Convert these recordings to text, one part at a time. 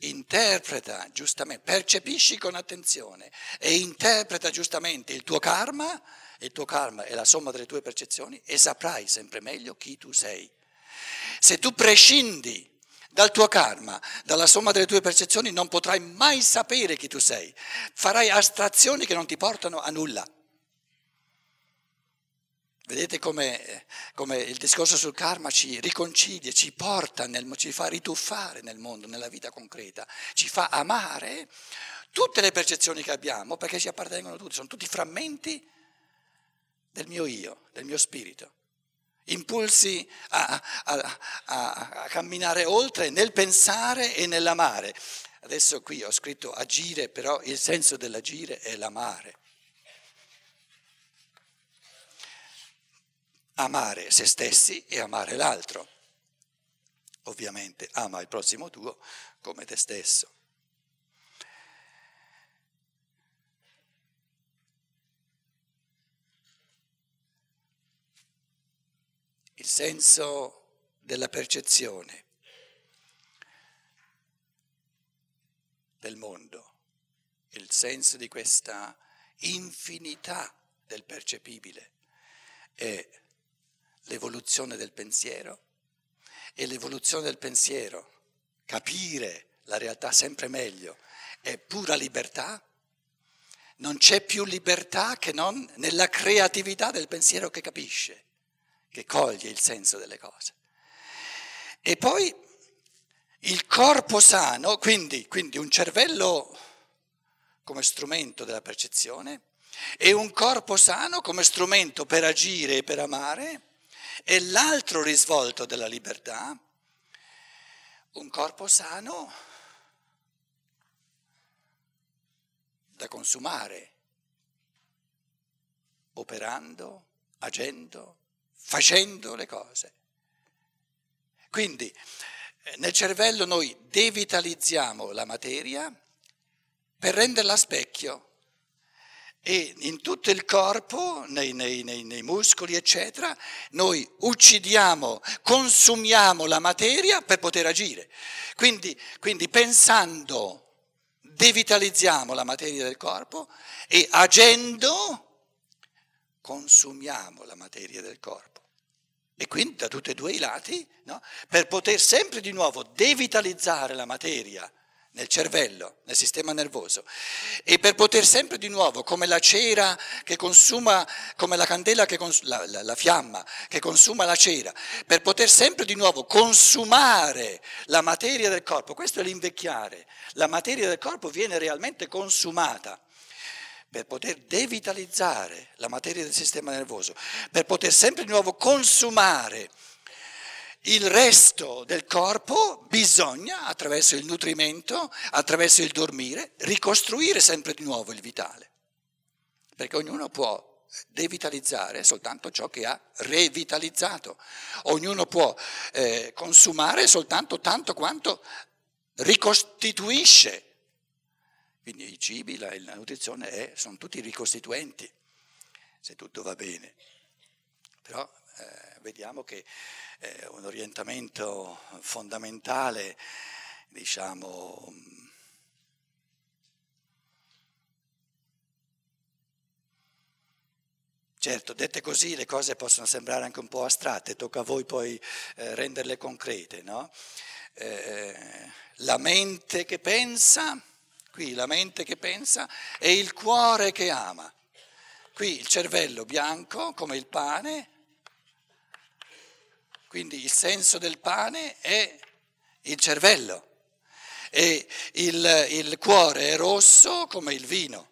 interpreta giustamente, percepisci con attenzione e interpreta giustamente il tuo karma è la somma delle tue percezioni e saprai sempre meglio chi tu sei. Se tu prescindi dal tuo karma, dalla somma delle tue percezioni, non potrai mai sapere chi tu sei. Farai astrazioni che non ti portano a nulla. Vedete come il discorso sul karma ci riconcilia, ci porta, ci fa rituffare nel mondo, nella vita concreta, ci fa amare tutte le percezioni che abbiamo perché ci appartengono tutte, sono tutti frammenti del mio io, del mio spirito. Impulsi a camminare oltre nel pensare e nell'amare. Adesso qui ho scritto agire, però il senso dell'agire è l'amare. Amare se stessi e amare l'altro. Ovviamente ama il prossimo tuo come te stesso. Il senso della percezione del mondo, il senso di questa infinità del percepibile è l'evoluzione del pensiero e l'evoluzione del pensiero, capire la realtà sempre meglio, è pura libertà. Non c'è più libertà che non nella creatività del pensiero che capisce, che coglie il senso delle cose. E poi il corpo sano, quindi un cervello come strumento della percezione e un corpo sano come strumento per agire e per amare, e l'altro risvolto della libertà, un corpo sano da consumare, operando, agendo, facendo le cose. Quindi nel cervello noi devitalizziamo la materia per renderla specchio e in tutto il corpo, nei muscoli eccetera, noi uccidiamo, consumiamo la materia per poter agire. Quindi pensando devitalizziamo la materia del corpo e agendo consumiamo la materia del corpo. E quindi da tutti e due i lati, no? Per poter sempre di nuovo devitalizzare la materia nel cervello, nel sistema nervoso, e per poter sempre di nuovo, come la cera che consuma, come la candela che la fiamma che consuma la cera, per poter sempre di nuovo consumare la materia del corpo, questo è l'invecchiare, la materia del corpo viene realmente consumata. Per poter devitalizzare la materia del sistema nervoso, per poter sempre di nuovo consumare il resto del corpo, bisogna, attraverso il nutrimento, attraverso il dormire, ricostruire sempre di nuovo il vitale. Perché ognuno può devitalizzare soltanto ciò che ha revitalizzato. Ognuno può consumare soltanto tanto quanto ricostituisce. Quindi i cibi, la nutrizione sono tutti ricostituenti, se tutto va bene. Però vediamo che un orientamento fondamentale, diciamo, certo, dette così le cose possono sembrare anche un po' astratte, tocca a voi poi renderle concrete, no? La mente che pensa, qui la mente che pensa e il cuore che ama. Qui il cervello bianco come il pane, quindi il senso del pane è il cervello e il cuore è rosso come il vino.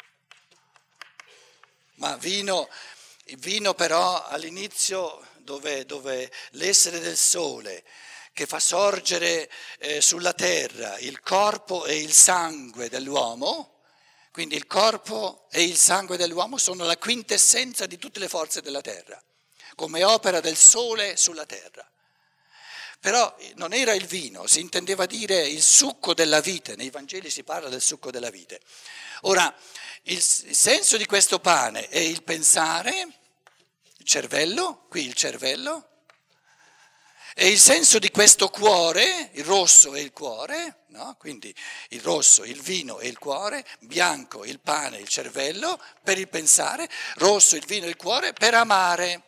Ma il vino però all'inizio dove l'essere del sole che fa sorgere sulla terra il corpo e il sangue dell'uomo, quindi il corpo e il sangue dell'uomo sono la quintessenza di tutte le forze della terra, come opera del sole sulla terra. Però non era il vino, si intendeva dire il succo della vite, nei Vangeli si parla del succo della vite. Ora, il senso di questo pane è il pensare, il cervello, qui il cervello, E il senso di questo cuore, il rosso è il cuore, no? Quindi il rosso, il vino e il cuore, bianco, il pane, il cervello per il pensare, rosso, il vino e il cuore per amare.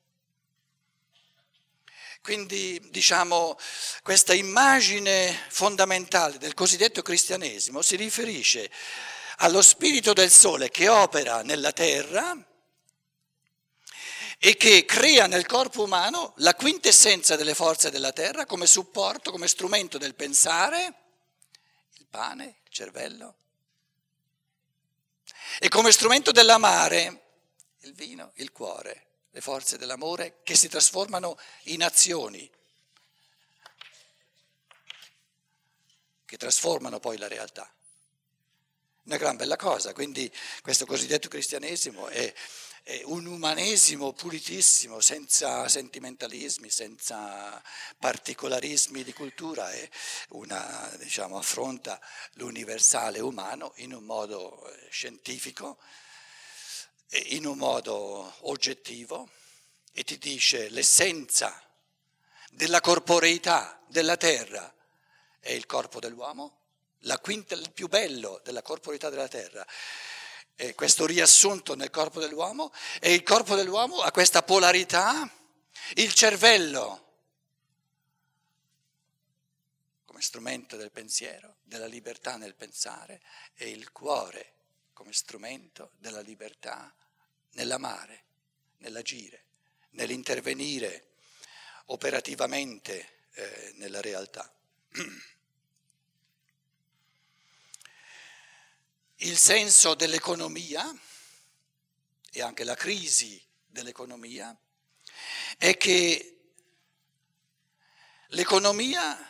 Quindi diciamo questa immagine fondamentale del cosiddetto cristianesimo si riferisce allo spirito del sole che opera nella terra e che crea nel corpo umano la quintessenza delle forze della terra come supporto, come strumento del pensare, il pane, il cervello, e come strumento dell'amare, il vino, il cuore, le forze dell'amore che si trasformano in azioni, che trasformano poi la realtà. Una gran bella cosa, quindi questo cosiddetto cristianesimo è un umanesimo pulitissimo, senza sentimentalismi, senza particolarismi di cultura, è affronta l'universale umano in un modo scientifico, in un modo oggettivo, e ti dice l'essenza della corporeità della terra è il corpo dell'uomo, il più bello della corporeità della terra è questo riassunto nel corpo dell'uomo, e il corpo dell'uomo ha questa polarità, il cervello come strumento del pensiero, della libertà nel pensare, e il cuore come strumento della libertà nell'amare, nell'agire, nell'intervenire operativamente nella realtà. Il senso dell'economia e anche la crisi dell'economia è che l'economia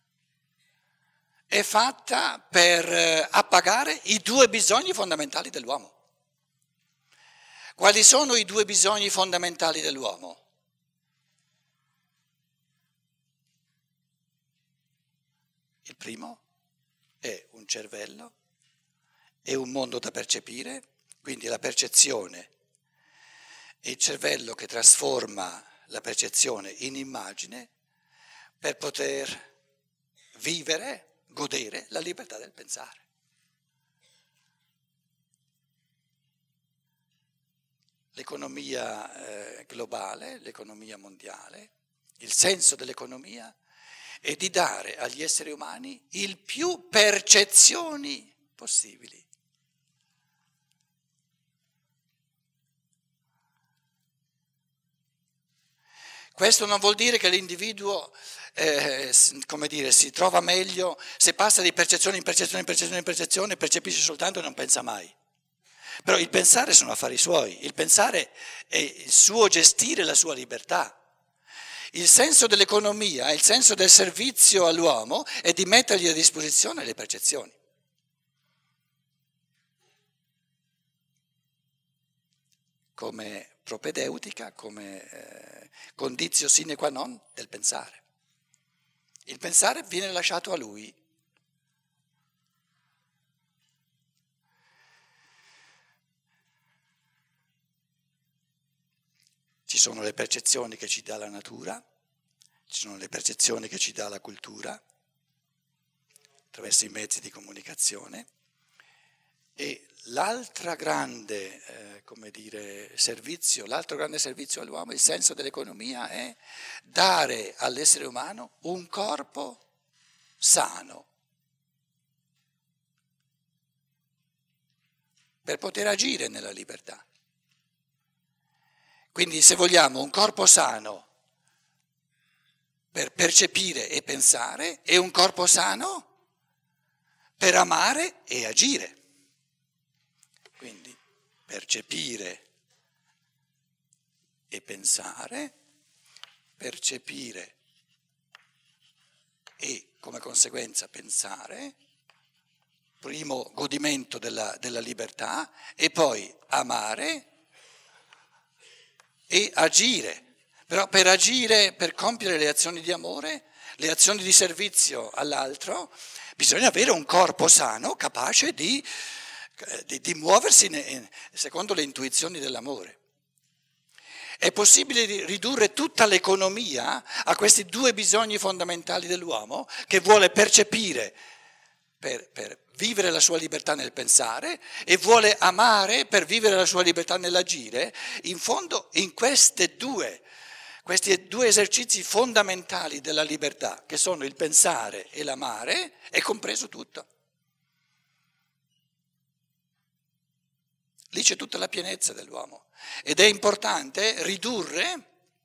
è fatta per appagare i due bisogni fondamentali dell'uomo. Quali sono i due bisogni fondamentali dell'uomo? Il primo è un cervello e un mondo da percepire, quindi la percezione e il cervello che trasforma la percezione in immagine per poter vivere, godere la libertà del pensare. L'economia globale, l'economia mondiale, il senso dell'economia è di dare agli esseri umani il più percezioni possibili. Questo non vuol dire che l'individuo si trova meglio se passa di percezione in percezione in percezione in percezione, percepisce soltanto e non pensa mai. Però il pensare sono affari suoi, il pensare è il suo gestire la sua libertà. Il senso dell'economia, il senso del servizio all'uomo è di mettergli a disposizione le percezioni. Come propedeutica, come conditio sine qua non del pensare. Il pensare viene lasciato a lui. Ci sono le percezioni che ci dà la natura, ci sono le percezioni che ci dà la cultura, attraverso i mezzi di comunicazione, e l'altro grande servizio all'uomo, il senso dell'economia, è dare all'essere umano un corpo sano per poter agire nella libertà. Quindi, se vogliamo, un corpo sano per percepire e pensare e un corpo sano per amare e agire. Quindi percepire e pensare, percepire e come conseguenza pensare, primo godimento della libertà, e poi amare e agire. Però per agire, per compiere le azioni di amore, le azioni di servizio all'altro, bisogna avere un corpo sano, capace di muoversi secondo le intuizioni dell'amore. È possibile ridurre tutta l'economia a questi due bisogni fondamentali dell'uomo che vuole percepire per vivere la sua libertà nel pensare e vuole amare per vivere la sua libertà nell'agire. In fondo in questi due esercizi fondamentali della libertà, che sono il pensare e l'amare, è compreso tutto. Lì c'è tutta la pienezza dell'uomo ed è importante ridurre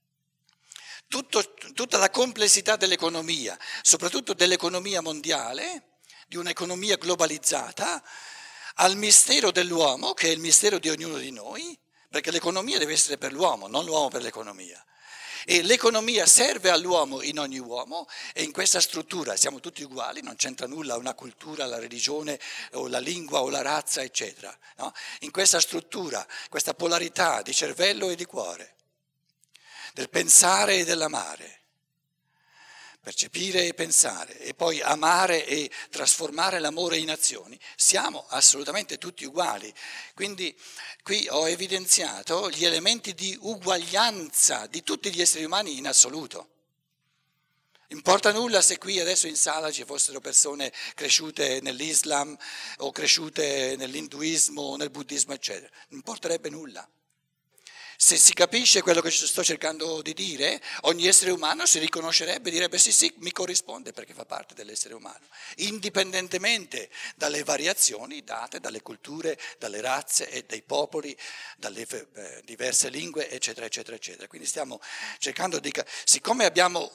tutta la complessità dell'economia, soprattutto dell'economia mondiale, di un'economia globalizzata, al mistero dell'uomo, che è il mistero di ognuno di noi, perché l'economia deve essere per l'uomo, non l'uomo per l'economia. E l'economia serve all'uomo in ogni uomo e in questa struttura siamo tutti uguali, non c'entra nulla una cultura, la religione o la lingua o la razza, eccetera. No? In questa struttura, questa polarità di cervello e di cuore, del pensare e dell'amare, percepire e pensare e poi amare e trasformare l'amore in azioni, siamo assolutamente tutti uguali. Quindi qui ho evidenziato gli elementi di uguaglianza di tutti gli esseri umani in assoluto. Importa nulla se qui adesso in sala ci fossero persone cresciute nell'Islam o cresciute nell'induismo o nel buddismo, eccetera. Non importerebbe nulla. Se si capisce quello che sto cercando di dire, ogni essere umano si riconoscerebbe e direbbe sì, mi corrisponde perché fa parte dell'essere umano, indipendentemente dalle variazioni date dalle culture, dalle razze e dai popoli, dalle diverse lingue, eccetera, eccetera, eccetera. Quindi stiamo cercando siccome abbiamo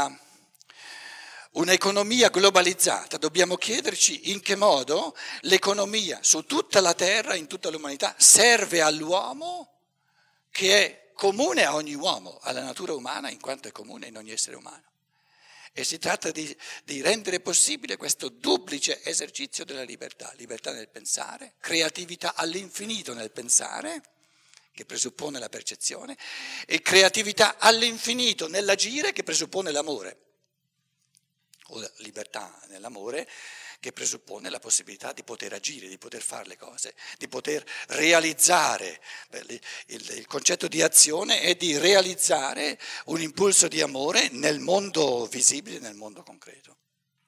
un'economia globalizzata, dobbiamo chiederci in che modo l'economia su tutta la terra, in tutta l'umanità, serve all'uomo, che è comune a ogni uomo, alla natura umana, in quanto è comune in ogni essere umano. E si tratta di rendere possibile questo duplice esercizio della libertà nel pensare, creatività all'infinito nel pensare, che presuppone la percezione, e creatività all'infinito nell'agire, che presuppone l'amore, o la libertà nell'amore, che presuppone la possibilità di poter agire, di poter fare le cose, di poter realizzare. Il concetto di azione è di realizzare un impulso di amore nel mondo visibile, nel mondo concreto.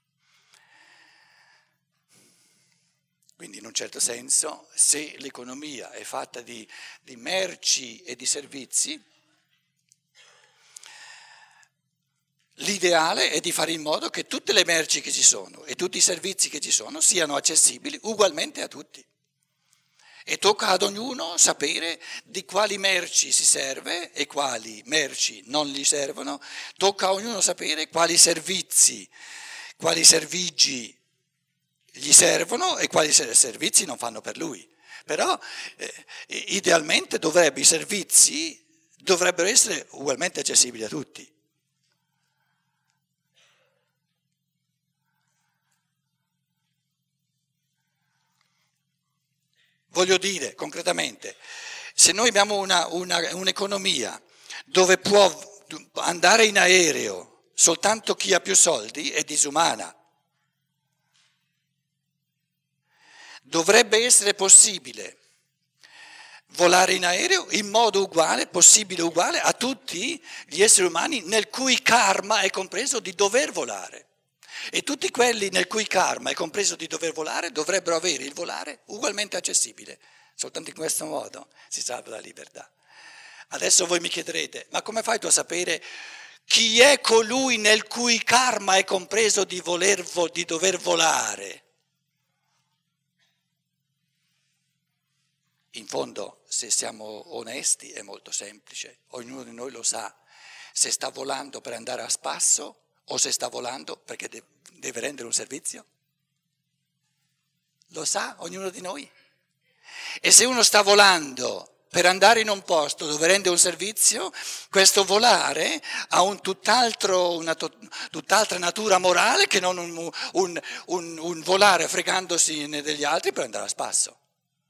Quindi in un certo senso, se l'economia è fatta di merci e di servizi, l'ideale è di fare in modo che tutte le merci che ci sono e tutti i servizi che ci sono siano accessibili ugualmente a tutti. E tocca ad ognuno sapere di quali merci si serve e quali merci non gli servono. Tocca a ognuno sapere quali servizi, quali servigi gli servono e quali servizi non fanno per lui. Però idealmente i servizi dovrebbero essere ugualmente accessibili a tutti. Voglio dire, concretamente, se noi abbiamo un'economia dove può andare in aereo soltanto chi ha più soldi, è disumana. Dovrebbe essere possibile volare in aereo in modo uguale, possibile uguale a tutti gli esseri umani nel cui karma è compreso di dover volare. E tutti quelli nel cui karma è compreso di dover volare dovrebbero avere il volare ugualmente accessibile. Soltanto in questo modo si salva la libertà. Adesso voi mi chiederete, ma come fai tu a sapere chi è colui nel cui karma è compreso di dover volare? In fondo, se siamo onesti, è molto semplice. Ognuno di noi lo sa se sta volando per andare a spasso o se sta volando perché deve rendere un servizio? Lo sa ognuno di noi? E se uno sta volando per andare in un posto dove rende un servizio, questo volare ha una tutt'altra natura morale che non un volare fregandosi degli altri per andare a spasso.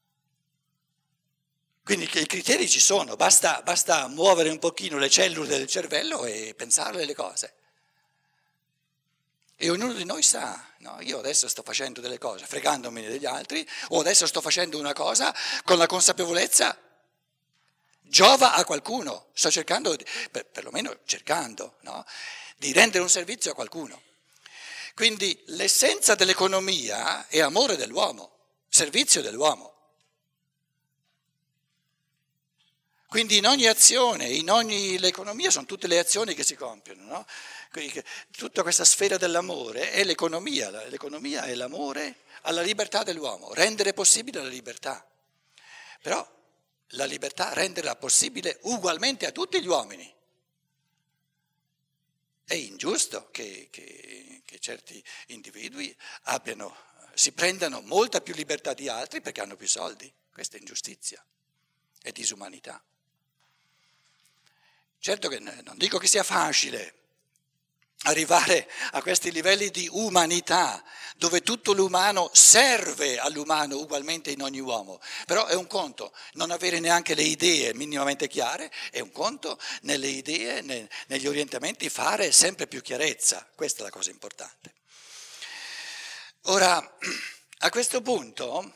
Quindi i criteri ci sono, basta muovere un pochino le cellule del cervello e pensarle le cose. E ognuno di noi sa, no? Io adesso sto facendo delle cose fregandomi degli altri, o adesso sto facendo una cosa con la consapevolezza giova a qualcuno, sto cercando, perlomeno cercando, no? Di rendere un servizio a qualcuno. Quindi l'essenza dell'economia è amore dell'uomo, servizio dell'uomo. Quindi in ogni azione, l'economia sono tutte le azioni che si compiono, no? Quindi tutta questa sfera dell'amore è l'economia è l'amore alla libertà dell'uomo, rendere possibile la libertà. Però la libertà renderla possibile ugualmente a tutti gli uomini. È ingiusto che certi individui si prendano molta più libertà di altri perché hanno più soldi. Questa è ingiustizia, è disumanità. Certo che non dico che sia facile arrivare a questi livelli di umanità, dove tutto l'umano serve all'umano ugualmente in ogni uomo, però è un conto non avere neanche le idee minimamente chiare, è un conto nelle idee, negli orientamenti fare sempre più chiarezza, questa è la cosa importante. Ora, a questo punto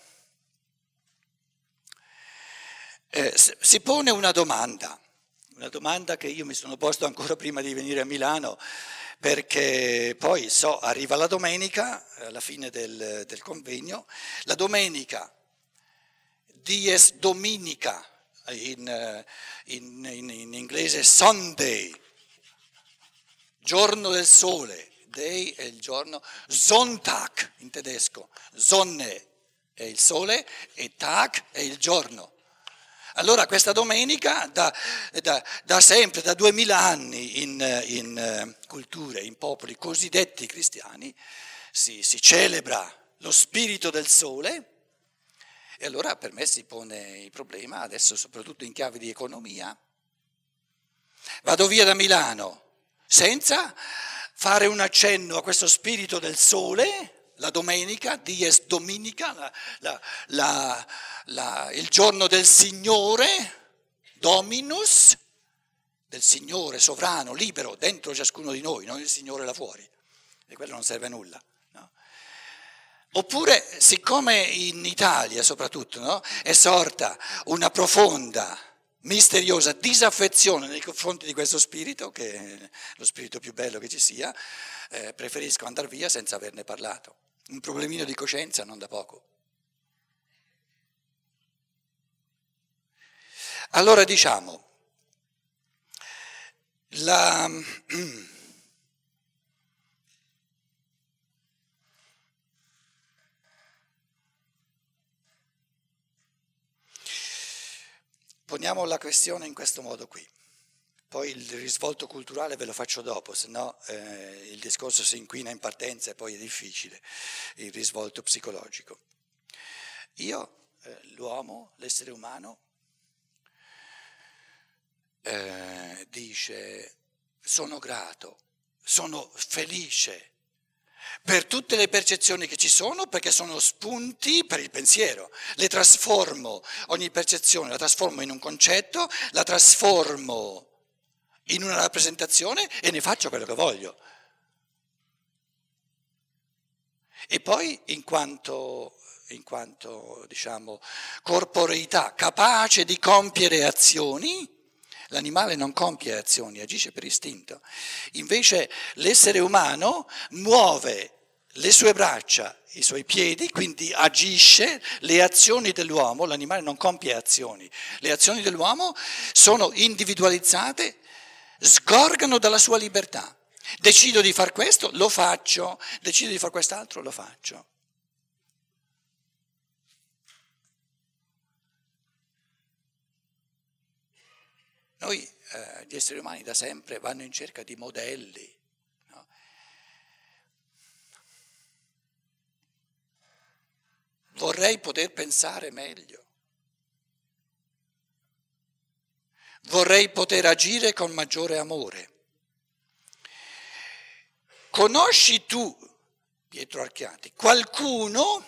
si pone una domanda che io mi sono posto ancora prima di venire a Milano, perché poi arriva la domenica, alla fine del convegno, la domenica, dies dominica, in inglese Sunday, giorno del sole, day è il giorno, Sonntag in tedesco, Sonne è il sole e Tag è il giorno. Allora questa domenica da sempre, da 2000 anni in culture, in popoli cosiddetti cristiani, si celebra lo spirito del sole e allora per me si pone il problema, adesso soprattutto in chiave di economia, vado via da Milano senza fare un accenno a questo spirito del sole, la domenica, dies dominica, il giorno del Signore, Dominus, del Signore sovrano, libero, dentro ciascuno di noi, non il Signore là fuori, e quello non serve a nulla. No? Oppure, siccome in Italia soprattutto, no, è sorta una profonda, misteriosa disaffezione nei confronti di questo spirito, che è lo spirito più bello che ci sia, preferisco andare via senza averne parlato. Un problemino di coscienza non da poco. Allora diciamo, poniamo la questione in questo modo qui. Poi il risvolto culturale ve lo faccio dopo, se no il discorso si inquina in partenza e poi è difficile il risvolto psicologico. L'uomo, l'essere umano, dice sono grato, sono felice per tutte le percezioni che ci sono perché sono spunti per il pensiero. Le trasformo, ogni percezione la trasformo in un concetto, la trasformo in una rappresentazione e ne faccio quello che voglio. E poi in quanto diciamo corporeità capace di compiere azioni, l'animale non compie azioni, agisce per istinto. Invece l'essere umano muove le sue braccia, i suoi piedi, quindi agisce, le azioni dell'uomo, l'animale non compie azioni, le azioni dell'uomo sono individualizzate, sgorgano dalla sua libertà. Decido di far questo, lo faccio, decido di far quest'altro, lo faccio. Noi, gli esseri umani da sempre vanno in cerca di modelli. No? Vorrei poter pensare meglio. Vorrei poter agire con maggiore amore. Conosci tu, Pietro Archiati, qualcuno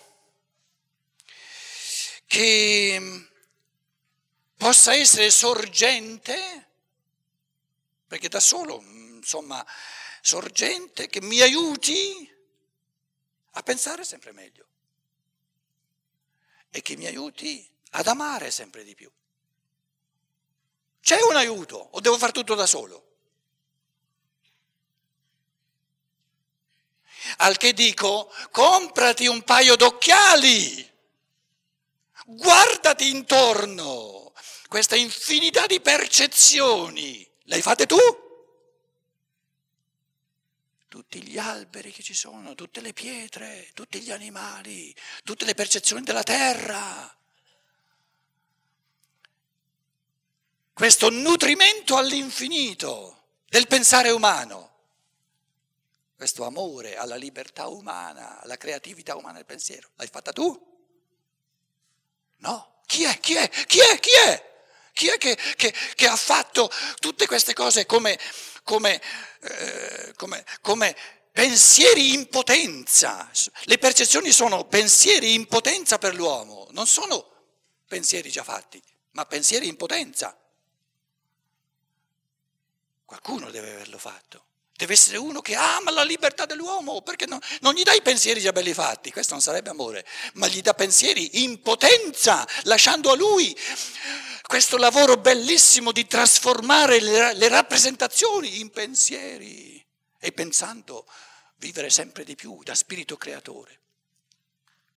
che possa essere sorgente, perché da solo, insomma, sorgente, che mi aiuti a pensare sempre meglio e che mi aiuti ad amare sempre di più? C'è un aiuto o devo fare tutto da solo? Al che dico, comprati un paio d'occhiali, guardati intorno, questa infinità di percezioni, le hai fatte tu? Tutti gli alberi che ci sono, tutte le pietre, tutti gli animali, tutte le percezioni della terra. Questo nutrimento all'infinito del pensare umano, questo amore alla libertà umana, alla creatività umana del pensiero, l'hai fatta tu? No? Chi è? Chi è? Chi è? Chi è? Chi è che ha fatto tutte queste cose come pensieri in potenza? Le percezioni sono pensieri in potenza per l'uomo, non sono pensieri già fatti, ma pensieri in potenza. Qualcuno deve averlo fatto. Deve essere uno che ama la libertà dell'uomo, perché non gli dai pensieri già belli fatti, questo non sarebbe amore, ma gli dà pensieri in potenza, lasciando a lui questo lavoro bellissimo di trasformare le rappresentazioni in pensieri e pensando vivere sempre di più da spirito creatore.